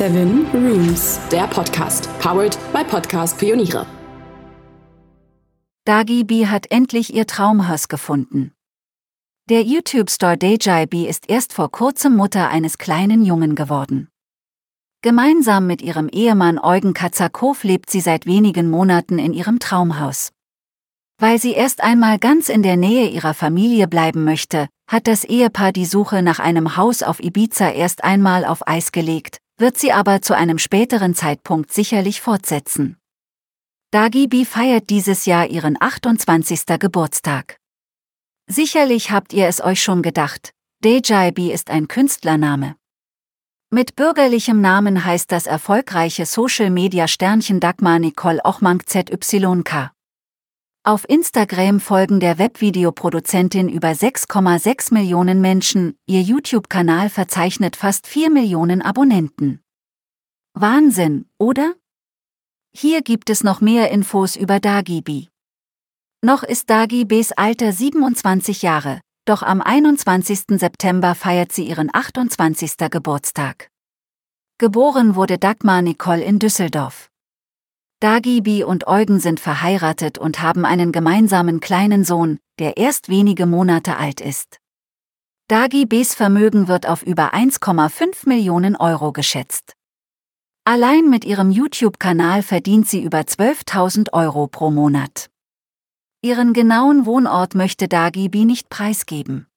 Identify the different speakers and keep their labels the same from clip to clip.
Speaker 1: 7 Rooms, der Podcast, powered by Podcast Pioniere.
Speaker 2: Dagi B hat endlich ihr Traumhaus gefunden. Der YouTube-Star Dagi B ist erst vor kurzem Mutter eines kleinen Jungen geworden. Gemeinsam mit ihrem Ehemann Eugen Katsakow lebt sie seit wenigen Monaten in ihrem Traumhaus. Weil sie erst einmal ganz in der Nähe ihrer Familie bleiben möchte, hat das Ehepaar die Suche nach einem Haus auf Ibiza erst einmal auf Eis gelegt, wird sie aber zu einem späteren Zeitpunkt sicherlich fortsetzen. Dagi B feiert dieses Jahr ihren 28. Geburtstag. Sicherlich habt ihr es euch schon gedacht, Dagi B ist ein Künstlername. Mit bürgerlichem Namen heißt das erfolgreiche Social-Media-Sternchen Dagmar Nicole Ochmann ZYK. Auf Instagram folgen der Webvideoproduzentin über 6,6 Millionen Menschen, ihr YouTube-Kanal verzeichnet fast 4 Millionen Abonnenten. Wahnsinn, oder? Hier gibt es noch mehr Infos über Dagi B. Noch ist Dagi B's Alter 27 Jahre, doch am 21. September feiert sie ihren 28. Geburtstag. Geboren wurde Dagmar Nicole in Düsseldorf. Dagi B und Eugen sind verheiratet und haben einen gemeinsamen kleinen Sohn, der erst wenige Monate alt ist. Dagi B's Vermögen wird auf über 1,5 Millionen Euro geschätzt. Allein mit ihrem YouTube-Kanal verdient sie über 12.000 Euro pro Monat. Ihren genauen Wohnort möchte Dagi B nicht preisgeben.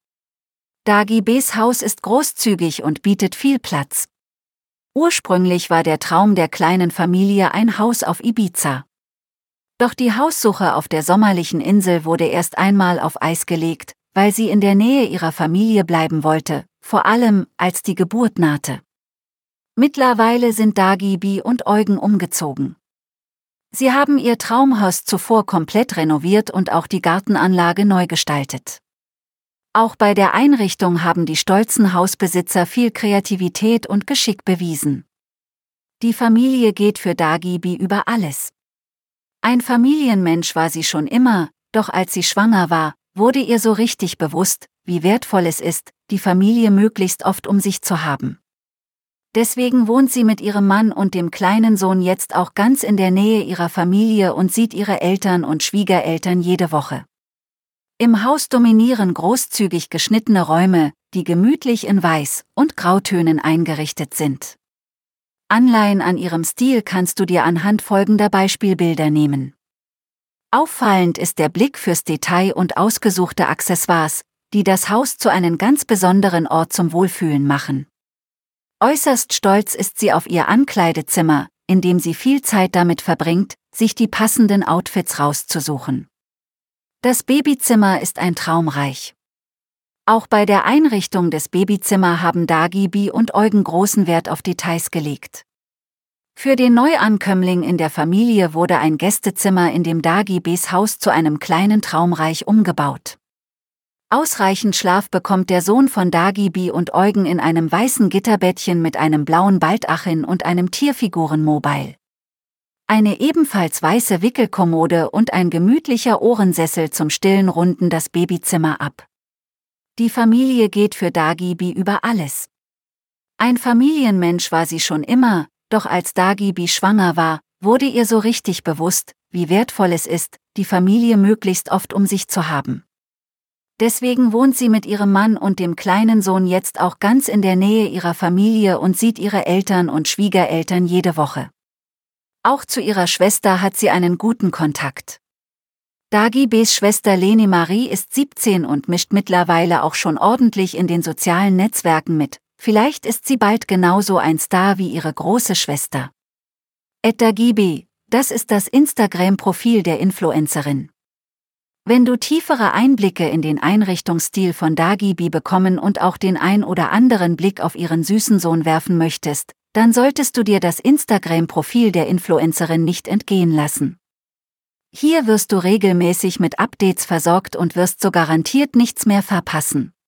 Speaker 2: Dagi B's Haus ist großzügig und bietet viel Platz. Ursprünglich war der Traum der kleinen Familie ein Haus auf Ibiza. Doch die Haussuche auf der sommerlichen Insel wurde erst einmal auf Eis gelegt, weil sie in der Nähe ihrer Familie bleiben wollte, vor allem als die Geburt nahte. Mittlerweile sind Dagi B und Eugen umgezogen. Sie haben ihr Traumhaus zuvor komplett renoviert und auch die Gartenanlage neu gestaltet. Auch bei der Einrichtung haben die stolzen Hausbesitzer viel Kreativität und Geschick bewiesen. Die Familie geht für Dagi B über alles. Ein Familienmensch war sie schon immer, doch als sie schwanger war, wurde ihr so richtig bewusst, wie wertvoll es ist, die Familie möglichst oft um sich zu haben. Deswegen wohnt sie mit ihrem Mann und dem kleinen Sohn jetzt auch ganz in der Nähe ihrer Familie und sieht ihre Eltern und Schwiegereltern jede Woche. Im Haus dominieren großzügig geschnittene Räume, die gemütlich in Weiß- und Grautönen eingerichtet sind. Anleihen an ihrem Stil kannst du dir anhand folgender Beispielbilder nehmen. Auffallend ist der Blick fürs Detail und ausgesuchte Accessoires, die das Haus zu einem ganz besonderen Ort zum Wohlfühlen machen. Äußerst stolz ist sie auf ihr Ankleidezimmer, in dem sie viel Zeit damit verbringt, sich die passenden Outfits rauszusuchen. Das Babyzimmer ist ein Traumreich. Auch bei der Einrichtung des Babyzimmers haben Dagi B und Eugen großen Wert auf Details gelegt. Für den Neuankömmling in der Familie wurde ein Gästezimmer in dem Dagi B's Haus zu einem kleinen Traumreich umgebaut. Ausreichend Schlaf bekommt der Sohn von Dagi B und Eugen in einem weißen Gitterbettchen mit einem blauen Baldachin und einem Tierfiguren-Mobile. Eine ebenfalls weiße Wickelkommode und ein gemütlicher Ohrensessel zum Stillen runden das Babyzimmer ab. Die Familie geht für Dagi B über alles. Ein Familienmensch war sie schon immer, doch als Dagi B schwanger war, wurde ihr so richtig bewusst, wie wertvoll es ist, die Familie möglichst oft um sich zu haben. Deswegen wohnt sie mit ihrem Mann und dem kleinen Sohn jetzt auch ganz in der Nähe ihrer Familie und sieht ihre Eltern und Schwiegereltern jede Woche. Auch zu ihrer Schwester hat sie einen guten Kontakt. Dagi B's Schwester Leni Marie ist 17 und mischt mittlerweile auch schon ordentlich in den sozialen Netzwerken mit. Vielleicht ist sie bald genauso ein Star wie ihre große Schwester. @Dagi B, das ist das Instagram-Profil der Influencerin. Wenn du tiefere Einblicke in den Einrichtungsstil von Dagi B bekommen und auch den ein oder anderen Blick auf ihren süßen Sohn werfen möchtest, dann solltest du dir das Instagram-Profil der Influencerin nicht entgehen lassen. Hier wirst du regelmäßig mit Updates versorgt und wirst so garantiert nichts mehr verpassen.